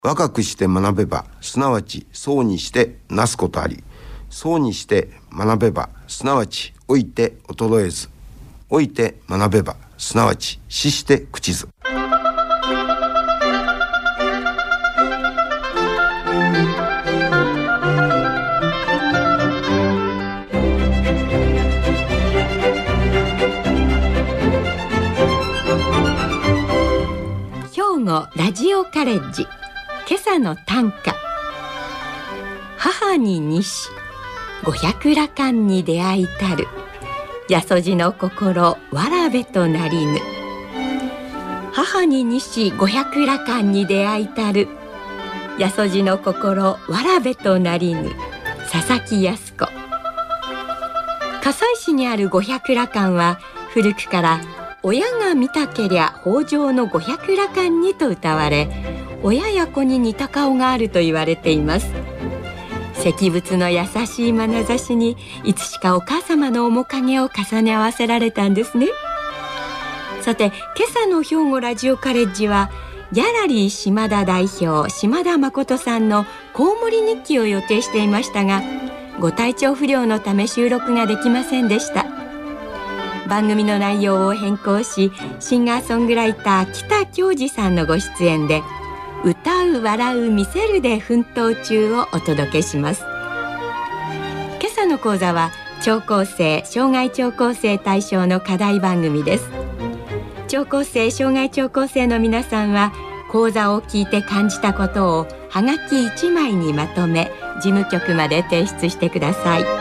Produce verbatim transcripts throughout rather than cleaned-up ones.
若くして学べば、すなわちそうにしてなすことあり、そうにして学べば、すなわち老いて衰えず、老いて学べば、すなわち死して朽ちず。 兵庫ラジオカレッジ、今朝の短歌。母に西、五百羅漢に出会いたる、やそじの心わらべとなりぬ。母に西五百羅漢に出会いたる、やそじの心わらべとなりぬ。佐々木靖子。加西市にある五百羅漢は古くから親が見たけりゃ北条の五百羅漢にと歌われ、親や子に似た顔があると言われています。石仏の優しい眼差しにいつしかお母様の面影を重ね合わせられたんですね。さて、今朝の兵庫ラジオカレッジはギャラリー島田代表島田誠さんのコウモリ日記を予定していましたが、ご体調不良のため収録ができませんでした。番組の内容を変更し、シンガーソングライター北京二さんのご出演で歌う笑う見せるで奮闘中をお届けします。今朝の講座は聴講生障害聴講生対象の課題番組です。聴講生障害聴講生の皆さんは講座を聞いて感じたことをはがきいちまいにまとめ、事務局まで提出してください。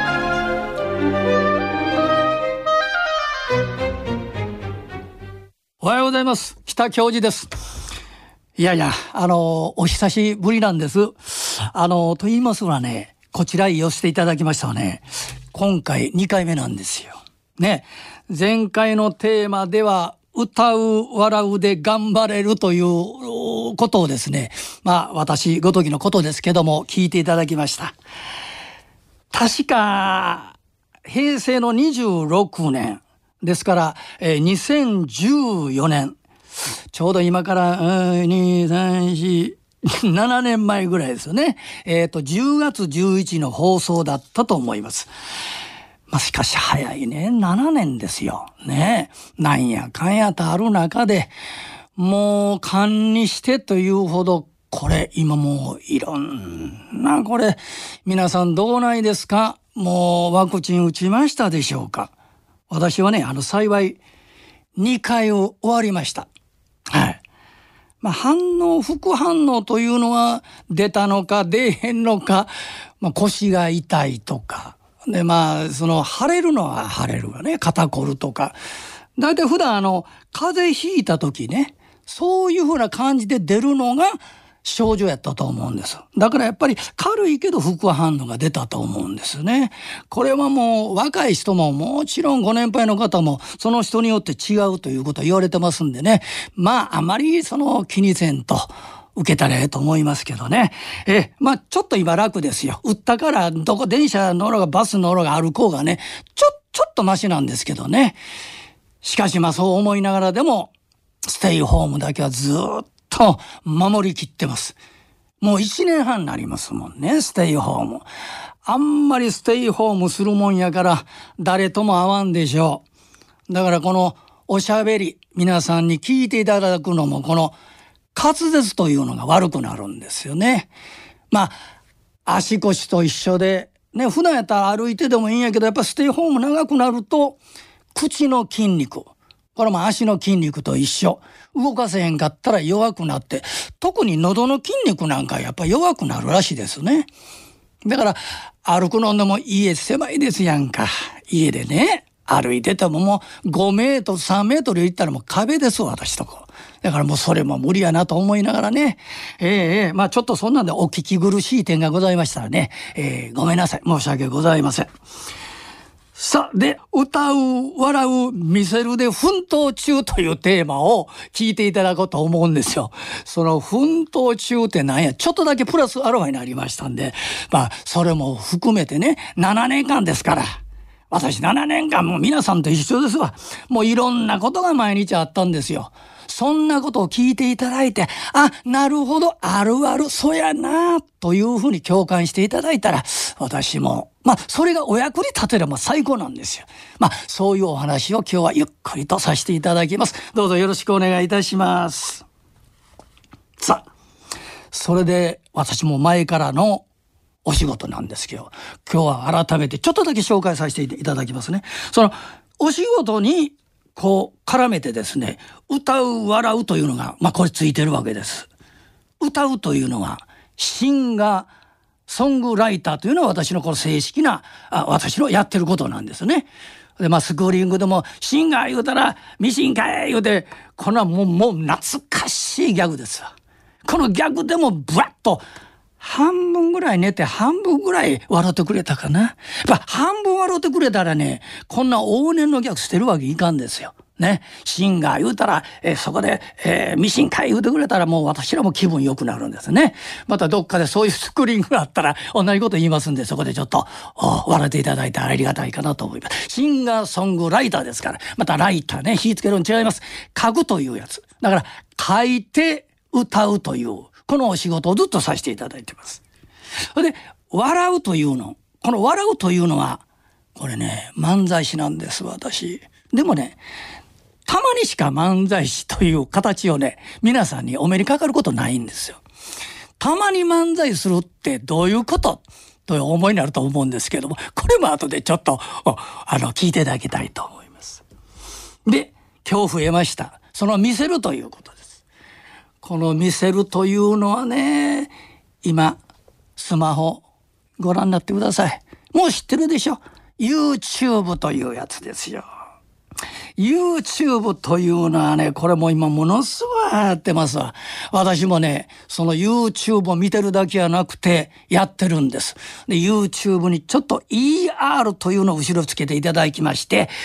おはようございます。北教授です。いやいや、あのお久しぶりなんです。あのと言いますのはね、こちらへ寄せていただきましたはね、今回にかいめなんですよね。前回のテーマでは歌う笑うで頑張れるということをですね、まあ私ごときのことですけども聞いていただきました。確か平成のにじゅうろくねんですから、えー、にせんじゅうよねん、ちょうど今からに、さん、よん、ななねんまえぐらいですよね。えっとじゅうがつじゅういちの放送だったと思います。まあ、しかし早いね、ななねんですよね。なんやかんやとある中で、もう勘にしてというほど、これ今もういろんな、これ皆さんどうないですか？もうワクチン打ちましたでしょうか？私はね、あの幸いにかいを終わりました。はい。まあ、反応、副反応というのは出たのか出へんのか、まあ、腰が痛いとか、で、まあ、その腫れるのは腫れるわね、肩こるとか。だいたい普段あの、風邪ひいた時ね、そういうふうな感じで出るのが症状やったと思うんです。だからやっぱり軽いけど副反応が出たと思うんですね。これはもう若い人ももちろんご年配の方もその人によって違うということは言われてますんでね。まああまりその気にせんと受けたらええと思いますけどね。え、まあちょっと今楽ですよ。打ったからどこ電車乗ろうがバス乗ろうが歩こうがね、ちょ、ちょっとマシなんですけどね。しかしまあそう思いながらでもステイホームだけはずっとと守りきってます。もう一年半になりますもんね、ステイホーム。あんまりステイホームするもんやから誰とも会わんでしょう。だからこのおしゃべり、皆さんに聞いていただくのもこの滑舌というのが悪くなるんですよね。まあ足腰と一緒でね、普段やったら歩いてでもいいんやけど、やっぱステイホーム長くなると口の筋肉、これも足の筋肉と一緒。動かせへんかったら弱くなって、特に喉の筋肉なんかやっぱ弱くなるらしいですね。だから歩くのでも家狭いですやんか。家でね、歩いててももうごメートルさんメートル行ったらもう壁です私とこ。だからもうそれも無理やなと思いながらね。えー、えー、まあちょっとそんなんでお聞き苦しい点がございましたらね、えー、ごめんなさい。申し訳ございません。さあ、で、歌う、笑う、見せるで奮闘中というテーマを聞いていただこうと思うんですよ。その奮闘中って何や、ちょっとだけプラスアロハになりましたんで、まあ、それも含めてね、ななねんかんですから、 私ななねんかんもう皆さんと一緒ですわ。もういろんなことが毎日あったんですよ。そんなことを聞いていただいて、あ、なるほど、あるある、そやな、というふうに共感していただいたら、私も、まあ、それがお役に立てれば最高なんですよ。まあ、そういうお話を今日はゆっくりとさせていただきます。どうぞよろしくお願いいたします。さあ、それで私も前からのお仕事なんですけど、今日は改めてちょっとだけ紹介させていただきますね。そのお仕事にこう絡めてですね、歌う笑うというのがまあこれついてるわけです。歌うというのはシンガーソングライターというのは私のこの正式なあ私のやってることなんですね。でまあスクーリングでもシンガー言うたらミシンかい言うて、このはもうもう懐かしいギャグですわ。このギャグでもブワッと半分ぐらい寝て半分ぐらい笑ってくれたかな。やっぱ半分笑ってくれたらね、こんな往年のギャグ捨てるわけいかんですよ。ね、シンガー言うたら、えー、そこで、えー、ミシンかい言うてくれたらもう私らも気分良くなるんですね。またどっかでそういうスクリーンがあったら同じこと言いますんで、そこでちょっと笑っていただいてありがたいかなと思います。シンガーソングライターですから、またライターね、火つけるの違います。書くというやつ。だから書いて歌うというこのお仕事をずっとさせていただいてます。それで笑うというの、この笑うというのはこれね、漫才師なんです私。でもね、たまにしか漫才師という形をね、皆さんにお目にかかることないんですよ。たまに漫才するってどういうことという思いになると思うんですけども、これも後でちょっとあの聞いていただきたいと思います。で、今日増えました。その見せるということです。この見せるというのはね、今スマホご覧になってください。もう知ってるでしょ。 YouTube というやつですよ。YouTube というのはね、これも今ものすごいやってますわ。私もね、その YouTube を見てるだけじゃなくてやってるんです。で、YouTube にちょっと イーアール というのを後ろつけていただきまして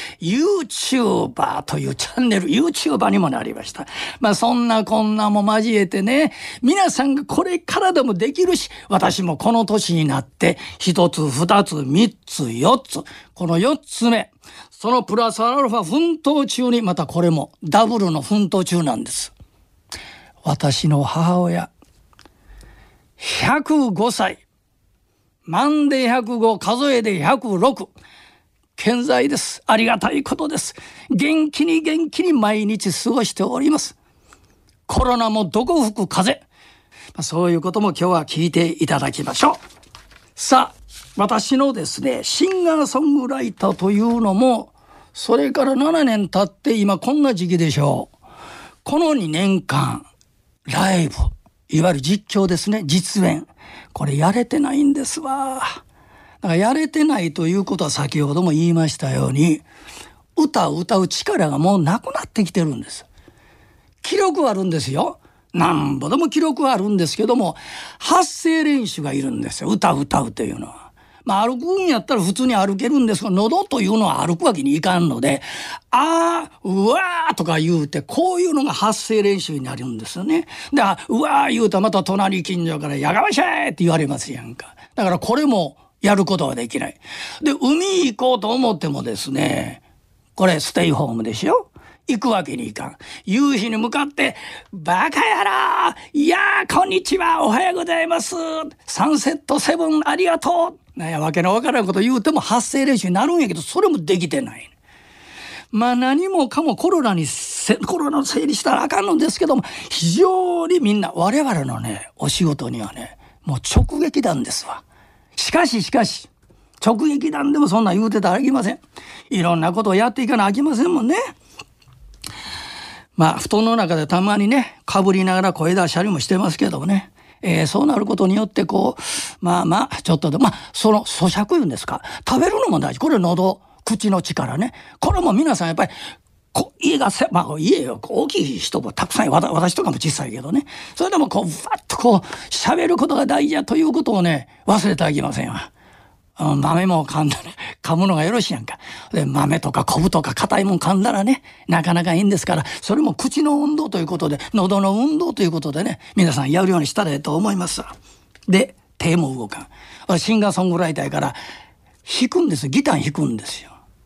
、YouTuber というチャンネル、YouTuber にもなりました。まあそんなこんなも交えてね、皆さんがこれからでもできるし、私もこの年になって一つ、二つ、三つ、四つ、この四つ目、そのプラスアルファ奮闘中に、またこれもダブルの奮闘中なんです。私の母親ひゃくごさい、万でひゃくご、数えでひゃくろく、健在です。ありがたいことです。元気に元気に毎日過ごしております。コロナもどこ吹く風、そういうことも今日は聞いていただきましょう。さあ、私のですね、シンガーソングライターというのもそれからななねん経って今こんな時期でしょう。このにねんかんライブ、いわゆる実況ですね、実演、これやれてないんですわ。だからやれてないということは先ほども言いましたように、歌を歌う力がもうなくなってきてるんです。記録はあるんですよ。なんぼでも記録はあるんですけども、発声練習がいるんですよ。歌う歌うというのは。まあ歩くんやったら普通に歩けるんですが、喉というのは歩くわけにいかんので、あーうわーとか言うて、こういうのが発声練習になるんですよね。で、うわー言うたらまた隣近所からやがましゃいって言われますやんか。だからこれもやることはできない。で、海行こうと思ってもですね、これステイホームでしょ。行くわけにいかん。夕日に向かってバカやら、いやーこんにちは、おはようございます、サンセットセブンありがとう、なんやわけのわからんこと言うても発声練習になるんやけど、それもできてない。まあ何もかもコロナにコロナの整理したらあかんのですけども、非常にみんな我々のねお仕事にはねもう直撃弾ですわ。しかししかし直撃弾でもそんな言うてたらあきません。いろんなことをやっていかなあきませんもんね。まあ布団の中でたまにねかぶりながら声出したりもしてますけどもね、えー、そうなることによってこうまあまあちょっとでまあその咀嚼言うんですか、食べるのも大事。これ喉口の力ね、これも皆さんやっぱりこ家がせ、まあ、家よ大きい人もたくさん、私とかも小さいけどね、それでもこうわっとこう喋ることが大事やということをね忘れてはいけませんわ。豆も噛んだら噛むのがよろしいやんか。で豆とか昆布とか硬いもん噛んだらねなかなかいいんですから、それも口の運動ということで、喉の運動ということでね皆さんやるようにしたらええと思いますわ。で手も動かん。シンガーソングライターから弾くんです、ギター弾くんですよ。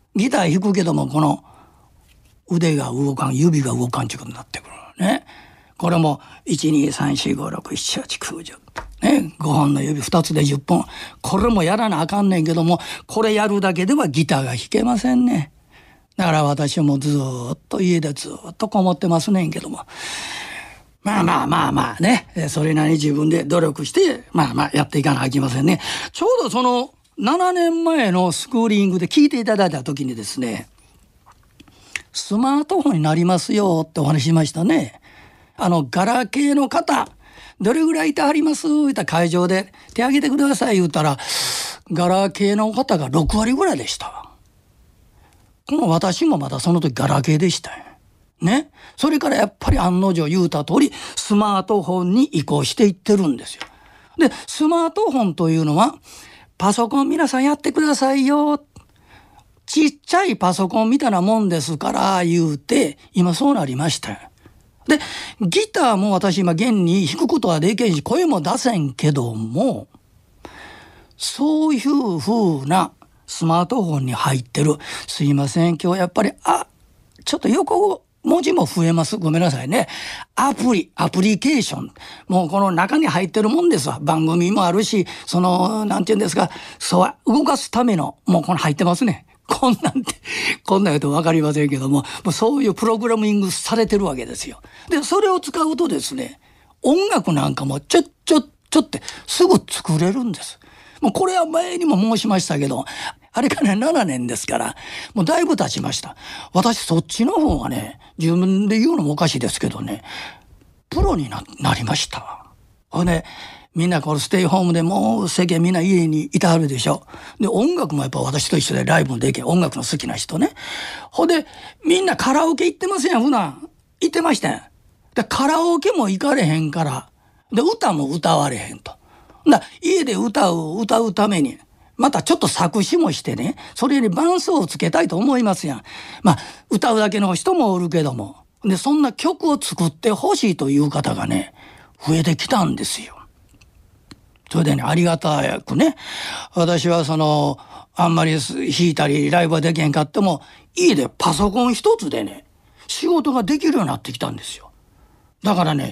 ギター弾くけどもこの腕が動かん、指が動かんちゅうことになってくるね。これもいちにさんしごろくしちはちきゅうじゅうね、ごほんの指ふたつでじゅっぽん、これもやらなあかんねんけども、これやるだけではギターが弾けませんね。だから私もずっと家でずっとこもってますねんけども、まあまあまあまあね、それなりに自分で努力してまあまあやっていかなきゃいけませんね。ちょうどそのななねんまえのスクーリングで聞いていただいた時にですね、スマートフォンになりますよってお話ししましたね。あのガラケーの方どれぐらいいてはります言った会場で手挙げてください言ったら、ガラケーの方がろくわりぐらいでした。この私もまだその時ガラケーでしたよね。それからやっぱり案の定言うた通りスマートフォンに移行していってるんですよ。でスマートフォンというのはパソコン皆さんやってくださいよ、ちっちゃいパソコンみたいなもんですから言うて今そうなりましたよ。でギターも私今現に弾くことはできんし声も出せんけども、そういう風なスマートフォンに入ってる、すいません今日やっぱりあちょっと横文字も増えます、ごめんなさいね、アプリアプリケーション、もうこの中に入ってるもんですわ。番組もあるし、そのなんていうんですか、そう動かすためのもうこの入ってますね。こんなんてこんなん言うと分かりませんけども、もうそういうプログラミングされてるわけですよ。でそれを使うとですね、音楽なんかもちょちょちょってすぐ作れるんです。もうこれは前にも申しましたけど、あれからななねんですからもうだいぶ経ちました。私そっちの方がね、自分で言うのもおかしいですけどね、プロに な, なりました。ほんでみんなこれステイホームでもう世間みんな家にいてはるでしょ。で音楽もやっぱ私と一緒でライブもできる、音楽の好きな人ね。ほんでみんなカラオケ行ってません、普段行ってましたんで、カラオケも行かれへんから、で歌も歌われへんと。だ家で歌う歌うためにまたちょっと作詞もしてね、それに伴奏をつけたいと思いますやん。まあ歌うだけの人もおるけども、でそんな曲を作ってほしいという方がね増えてきたんですよ。それでね、ありがたくね、私はそのあんまり弾いたりライブはできへんかっても家でパソコン一つでね仕事ができるようになってきたんですよ。だからね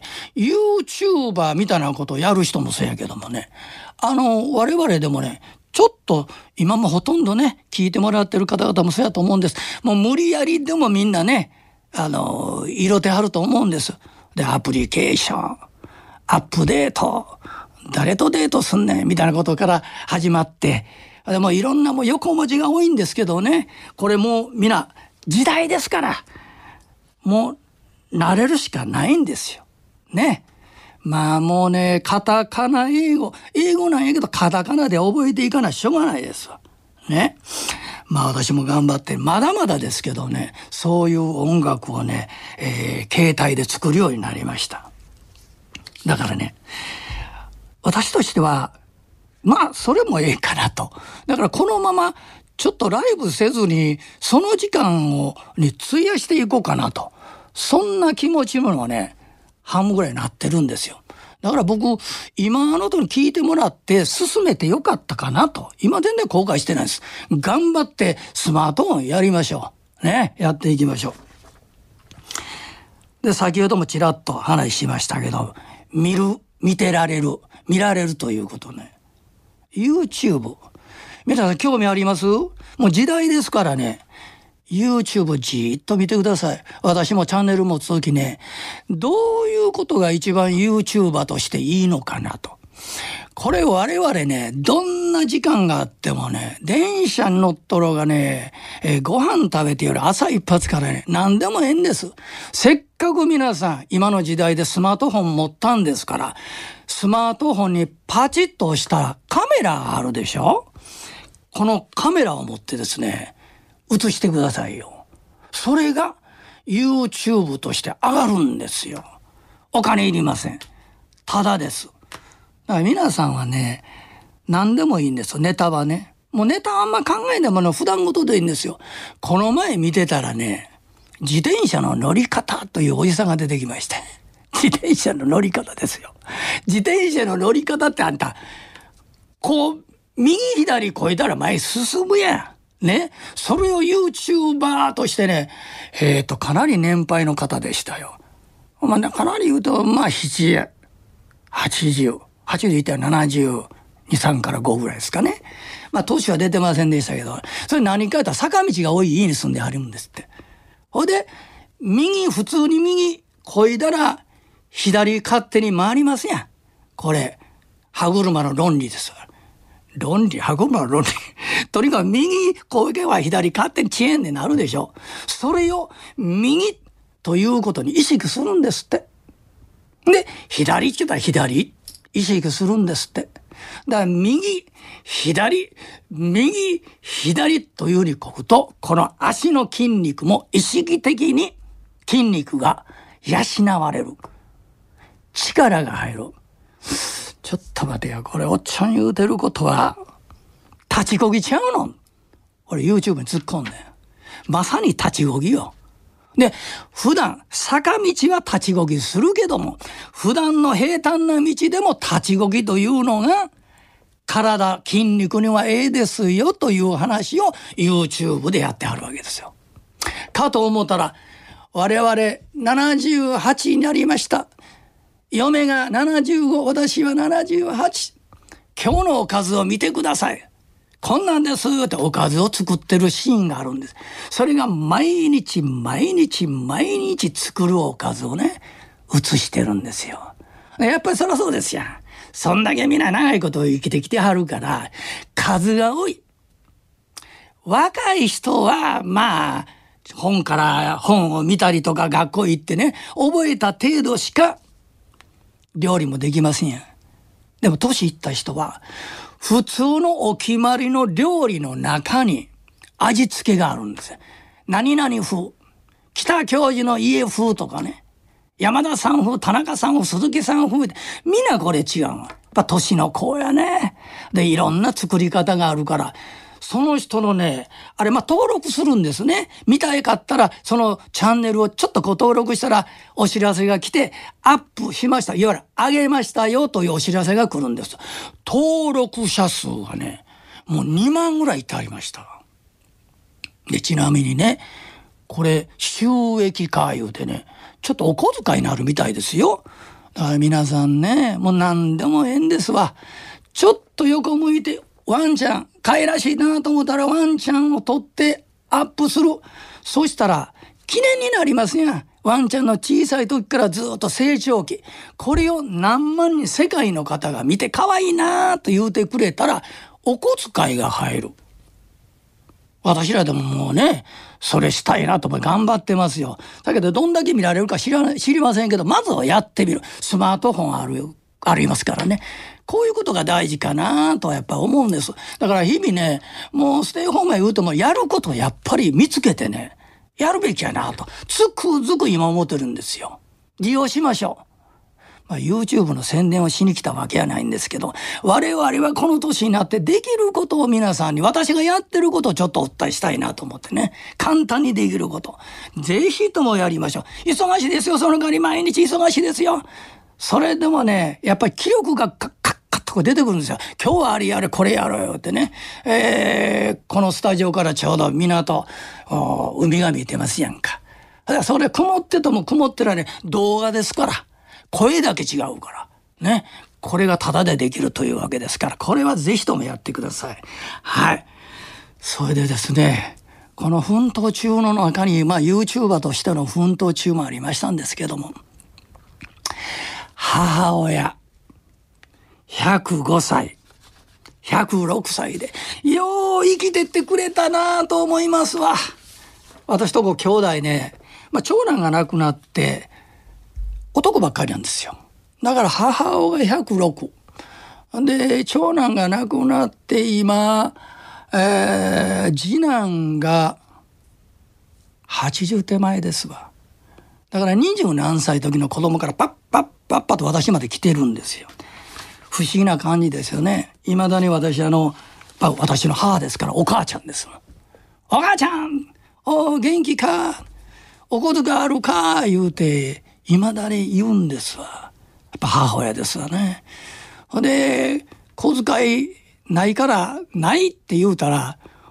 YouTuber みたいなことをやる人もそうやけどもね、あの我々でもねちょっと今もほとんどね聞いてもらってる方々もそうやと思うんです。もう無理やりでもみんなねあの色手はると思うんです。でアプリケーションアップデート、誰とデートすんねんみたいなことから始まって、でもいろんなもう横文字が多いんですけどね、これもうみんな時代ですからもう慣れるしかないんですよね。まあもうねカタカナ英語英語なんやけどカタカナで覚えていかなしょうがないですわね。まあ私も頑張ってまだまだですけどね、そういう音楽をね、えー、携帯で作るようになりました。だからね私としてはまあそれもええかなと。だからこのままちょっとライブせずにその時間をに費やしていこうかなと、そんな気持ちもね半分ぐらいになってるんですよ。だから僕今あの時に聞いてもらって進めてよかったかなと、今全然後悔してないです。頑張ってスマートフォンやりましょうね、やっていきましょう。で先ほどもちらっと話しましたけど、見る見てられる見られるということね。 YouTube 皆さん興味あります？もう時代ですからね YouTube じーっと見てください。私もチャンネル持つときね、どういうことが一番 YouTuber としていいのかなと。これ我々ねどんな時間があってもね、電車に乗っとろうがね、えー、ご飯食べてより朝一発からね何でもええんです。せっかく皆さん今の時代でスマートフォン持ったんですから、スマートフォンにパチッと押したらカメラがあるでしょ。このカメラを持ってですね映してくださいよ。それが YouTube として上がるんですよ。お金いりません。ただです。だから皆さんはね何でもいいんですよ。ネタはねもうネタあんま考えないもの普段ごとでいいんですよ。この前見てたらね自転車の乗り方というおじさんが出てきました。自転車の乗り方ですよ。自転車の乗り方ってあんたこう右左越えたら前進むやね、それを YouTuber としてね、えーと、かなり年配の方でしたよ。まあ、かなり言うと、まあ、ななじゅう、はちじゅう、はちじゅうで言ったらななじゅうに、さんからごぐらいですかね。まあ、年は出てませんでしたけど、それ何か言ったら坂道が多い家に住んではるんですって。ほいで、右、普通に右、こいだら、左勝手に回りますやん。これ、歯車の論理です。論理、歯車の論理。とにかく右、こいけば左勝手に遅延になるでしょ。それを右ということに意識するんですって。で、左って言ったら左、意識するんですって。だから右、左、右、左というふうにこぐと、この足の筋肉も意識的に筋肉が養われる。力が入る。ちょっと待てよ、これおっちゃん言うてることは立ちこぎちゃうの。俺 YouTube に突っ込んで、まさに立ちこぎよ。で、普段坂道は立ちこぎするけども、普段の平坦な道でも立ちこぎというのが体、筋肉にはええですよという話を YouTube でやってはるわけですよ。かと思ったら、我々ななじゅうはちになりました。嫁がななじゅうご、私はななじゅうはち。今日のおかずを見てください。こんなんですっておかずを作ってるシーンがあるんです。それが毎日毎日毎日作るおかずをね、映してるんですよ。やっぱりそりゃそうですやん。そんだけみんな長いこと生きてきてはるから、数が多い。若い人は、まあ、本から本を見たりとか学校行ってね、覚えた程度しか料理もできませんやん。でも年いった人は、普通のお決まりの料理の中に味付けがあるんですよ。何々風、北教授の家風とかね、山田さん風、田中さん風、鈴木さん風、みんなこれ違うわ。やっぱ年の子やね。で、いろんな作り方があるから、その人のね、あれ、まあ、登録するんですね。見たいかったら、そのチャンネルをちょっとこう登録したら、お知らせが来て、アップしました。いわゆる、上げましたよというお知らせが来るんです。登録者数がね、もうにまんぐらいいってありました。で、ちなみにね、これ、収益化言うてね、ちょっとお小遣いになるみたいですよ。だから皆さんね、もう何でもええんですわ。ちょっと横向いて、ワンちゃん、可愛らしいなと思ったらワンちゃんを撮ってアップする。そしたら記念になりますやん。ワンちゃんの小さい時からずっと成長期。これを何万人世界の方が見て可愛いなと言うてくれたらお小遣いが入る。私らでももうね、それしたいなと思って頑張ってますよ。だけどどんだけ見られるか知らない、知りませんけど、まずはやってみる。スマートフォンある、ありますからね。こういうことが大事かなとやっぱ思うんです。だから日々ね、もうステイホームへ言うともやることをやっぱり見つけてね、やるべきやなと、つくづく今思ってるんですよ。利用しましょう。まあ、YouTube の宣伝をしに来たわけやないんですけど、我々はこの年になってできることを皆さんに、私がやってることをちょっとお伝えしたいなと思ってね、簡単にできること、ぜひともやりましょう。忙しいですよ、その代わり毎日忙しいですよ。それでもね、やっぱり気力がカッカッカッと出てくるんですよ。今日はあれやれこれやろよってね、えー、このスタジオからちょうど港、海が見えてますやんか。だからそれ曇ってても曇ってらね、動画ですから、声だけ違うからね、これがタダでできるというわけですから、これはぜひともやってください。はい。それでですね、この奮闘中の中に、まあ YouTuber としての奮闘中もありましたんですけども、母親ひゃくごさいひゃくろくさいでよう生きてってくれたなと思いますわ。私とこ兄弟ね、まあ、長男が亡くなって男ばっかりなんですよ。だから母親がひゃくろくで、長男が亡くなって今、えー、次男がはちじゅう手前ですわ。だから二十何歳時の子供からパッパッパッパッと私まで来てるんですよ。不思議な感じですよね。いまだに私あの私の母ですからお母ちゃんです。お母ちゃん、お元気か、お小遣いあるか言うていまだに言うんですわ。やっぱ母親ですわね。で小遣いないからないって言うたら、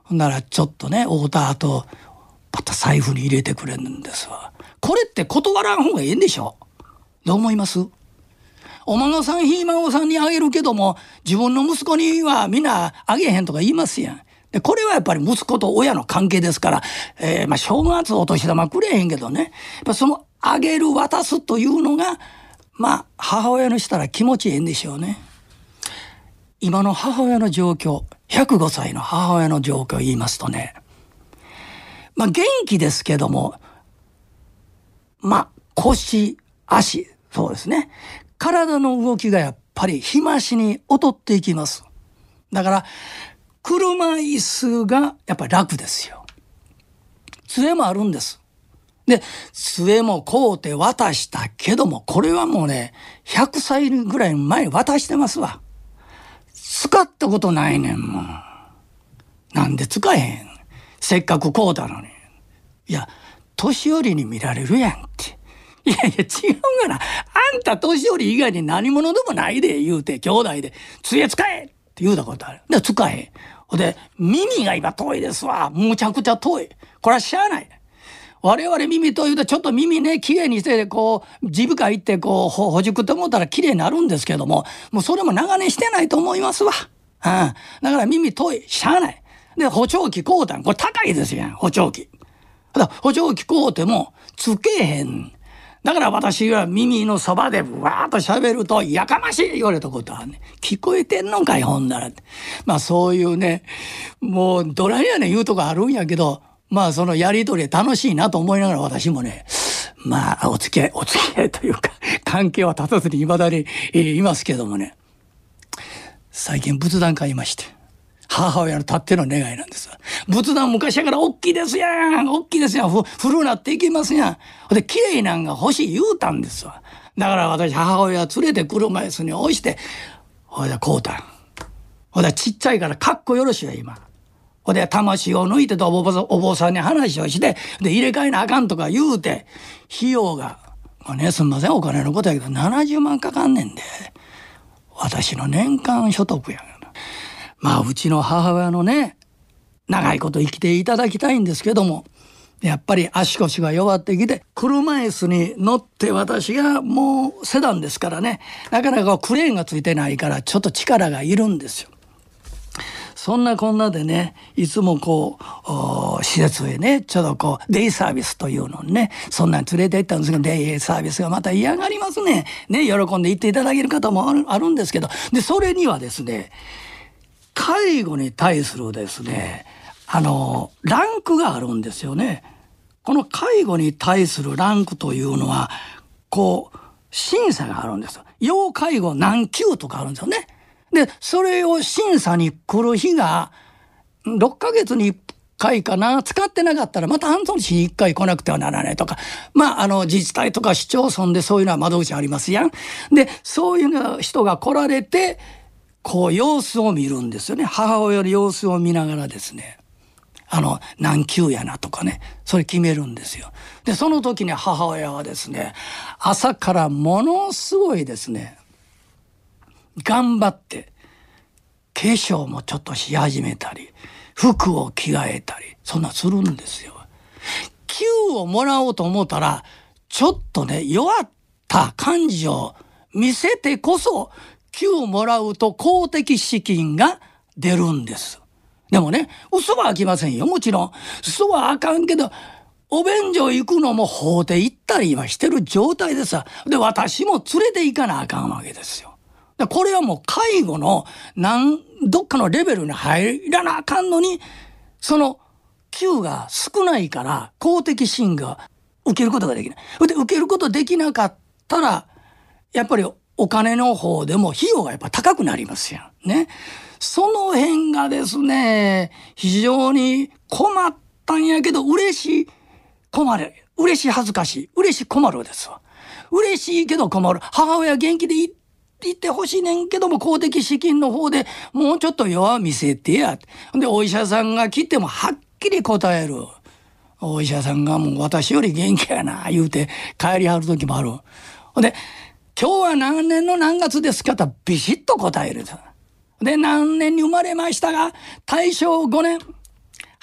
ほんならちょっとね会うた後また財布に入れてくれるんですわ。これって断らん方がええんでしょ。どう思います？お孫さんひい孫さんにあげるけども自分の息子にはみんなあげへんとか言いますやん。でこれはやっぱり息子と親の関係ですから、えー、まあ正月お年玉くれへんけどね、やっぱそのあげる渡すというのがまあ母親のしたら気持ちいいんでしょうね。今の母親の状況、ひゃくごさいの母親の状況を言いますとね、まあ元気ですけども、まあ腰足そうですね、体の動きがやっぱり日増しに劣っていきます。だから車椅子がやっぱり楽ですよ。杖もあるんです。で杖も買うて渡したけども、これはもうねひゃくさいぐらい前に渡してますわ。使ったことないねんもん。なんで使えへん。せっかく買うたのに。いや年寄りに見られるやんって。いやいや違うがな、あんた年寄り以外に何者でもないで言うて兄弟で杖使えって言うたことある。で使え。ほんで耳が今遠いですわ。むちゃくちゃ遠い。これはしゃあない。我々耳というとちょっと耳ねきれいにしてこう耳鼻科行ってこうほほじくって思ったらきれいになるんですけども、もうそれも長年してないと思いますわ。うん、だから耳遠いしゃあない。で補聴器買うたんこれ高いですやん補聴器。だ補聴器買うてもつけへん。だから私が耳のそばでわーっと喋るとやかましい言われたことはね、聞こえてんのかいほんなら。まあそういうねもうどないやねん言うとこあるんやけど、まあそのやりとり楽しいなと思いながら私もね、まあお付き合いお付き合いというか関係は立たずに未だに、えー、いますけどもね、最近仏壇買いまして、母親のたっての願いなんです。仏壇昔から大きいですやん大きいですやん、ふ古なっていきますやん。で綺麗なんが欲しい言うたんですわ。だから私母親連れて車椅子に押してほいで買うたん。ほいでちっちゃいからかっこよろしいわ今。ほんで魂を抜いてとお坊、お坊さんに話をしてで入れ替えなあかんとか言うて、費用がまあねすんませんお金のことやけどななじゅうまんかかんねんで、私の年間所得やがな。まあうちの母親のね長いこと生きていただきたいんですけども、やっぱり足腰が弱ってきて車椅子に乗って私がもうセダンですからね、なかなかクレーンがついてないからちょっと力がいるんですよ。そんなこんなでねいつもこう施設へねちょっとこうデイサービスというのにねそんなに連れて行ったんですけど、デイサービスがまた嫌がりますね。ね喜んで行っていただける方もある、あるんですけど、でそれにはですね介護に対するですねあのランクがあるんですよね。この介護に対するランクというのはこう審査があるんですよ。要介護何級とかあるんですよね。でそれを審査に来る日がろっかげつにいっかいかな、使ってなかったらまた半年にいっかい来なくてはならないとか、まああの自治体とか市町村でそういうのは窓口ありますやん。でそういう人が来られてこう様子を見るんですよね。母親の様子を見ながらですね、あの何級やなとかねそれ決めるんですよ。でその時に母親はですね朝からものすごいですね頑張って化粧もちょっとし始めたり服を着替えたりそんなするんですよ。給をもらおうと思ったらちょっとね弱った感じを見せてこそ給をもらうと公的資金が出るんです。でもね嘘はあきませんよ。もちろん嘘はあかんけどお便所行くのも法で行ったりはしてる状態でさ、で私も連れて行かなあかんわけですよ。これはもう介護の何どっかのレベルに入らなあかんのにその給が少ないから公的支援が受けることができない。で受けることできなかったらやっぱりお金の方でも費用がやっぱ高くなりますやんね。その辺がですね非常に困ったんやけど嬉しい困る嬉しい恥ずかしい嬉しい困るですわ。嬉しいけど困る。母親元気でい言ってほしいねんけども公的資金の方でもうちょっと弱見せてや。でお医者さんが来てもはっきり答える。お医者さんがもう私より元気やな言うて帰りはる時もある。で今日は何年の何月ですかとビシッと答える。で何年に生まれましたが大正ごねん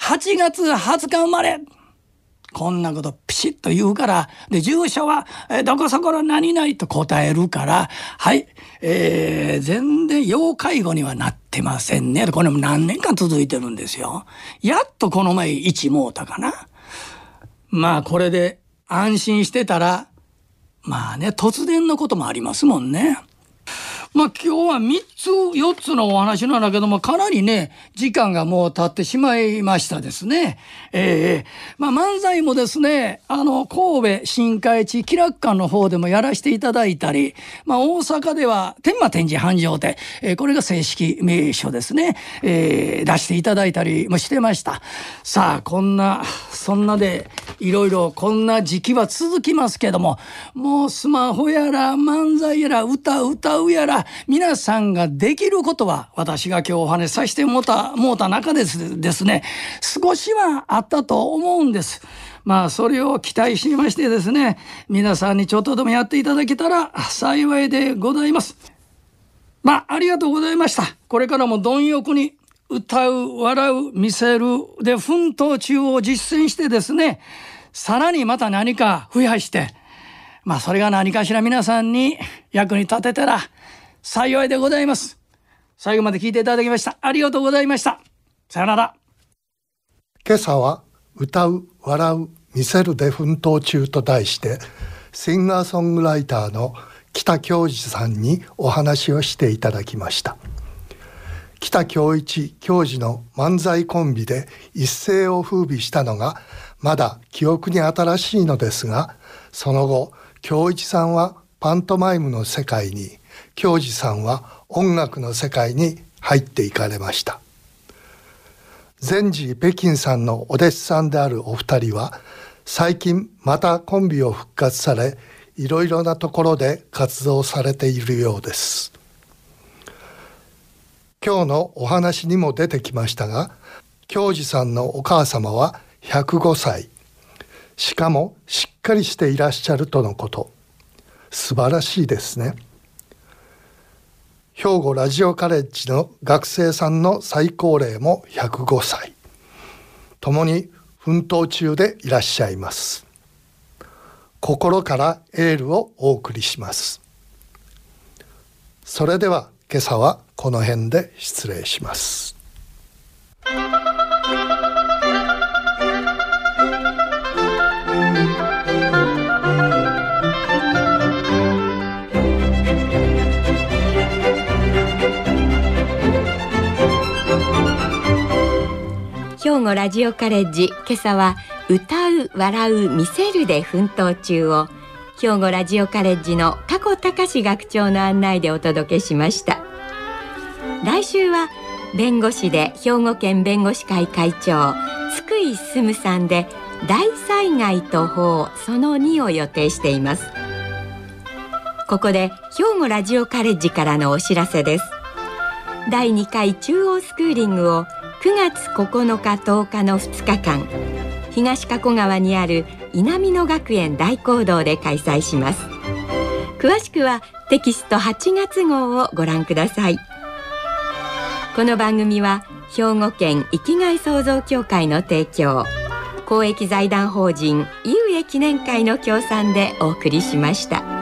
はちがつはつか生まれ。こんなことピシッと言うから、で、住所は、えー、どこそこの何々と答えるから、はい、えー、全然要介護にはなってませんね。これも何年間続いてるんですよ。やっとこの前いちもうたかな。まあ、これで安心してたら、まあね、突然のこともありますもんね。まあ今日はみっつよっつのお話なんだけども、かなりね時間がもう経ってしまいましたですね。ええー、まあ漫才もですね、あの神戸新海地気楽館の方でもやらせていただいたり、まあ大阪では天満天神繁盛亭、えー、これが正式名称ですね、えー、出していただいたりもしてました。さあこんなそんなでいろいろこんな時期は続きますけども、もうスマホやら漫才やら歌歌うやら皆さんができることは、私が今日お話しさせてもうたもうた中ですですね、少しはあったと思うんです。まあそれを期待しましてですね、皆さんにちょっとでもやっていただけたら幸いでございます。まあありがとうございました。これからも貪欲に歌う笑う見せるで奮闘中を実践してですね、さらにまた何か増やして、まあそれが何かしら皆さんに役に立てたら幸いでございます。最後まで聞いていただきました。ありがとうございました。さよなら。 今朝は歌う笑う見せるで奮闘中と題して、シンガーソングライターの北恭一さんにお話をしていただきました。北恭一恭二の漫才コンビで一世を風靡したのがまだ記憶に新しいのですが、その後恭一さんはパントマイムの世界に、恭二さんは音楽の世界に入っていかれました。前時北京さんのお弟子さんであるお二人は最近またコンビを復活され、いろいろなところで活動されているようです。今日のお話にも出てきましたが、恭二さんのお母様はひゃくごさい、しかもしっかりしていらっしゃるとのこと。素晴らしいですね。兵庫ラジオカレッジの学生さんの最高齢もひゃくごさい、ともに奮闘中でいらっしゃいます。心からエールをお送りします。それでは今朝はこの辺で失礼します。 兵庫ラジオカレッジ、今朝は歌う笑う見せるで奮闘中を兵庫ラジオカレッジの加古隆学長の案内でお届けしました。来週は弁護士で兵庫県弁護士会会長津久井進さんで大災害と法そのにを予定しています。ここで兵庫ラジオカレッジからのお知らせです。だいにかい中央スクーリングをくがつここのかとおかのふつかかん、東加古川にある稲美野学園大講堂で開催します。詳しくはテキストはちがつ号をご覧ください。この番組は兵庫県生きがい創造協会の提供、公益財団法人井上記念会の協賛でお送りしました。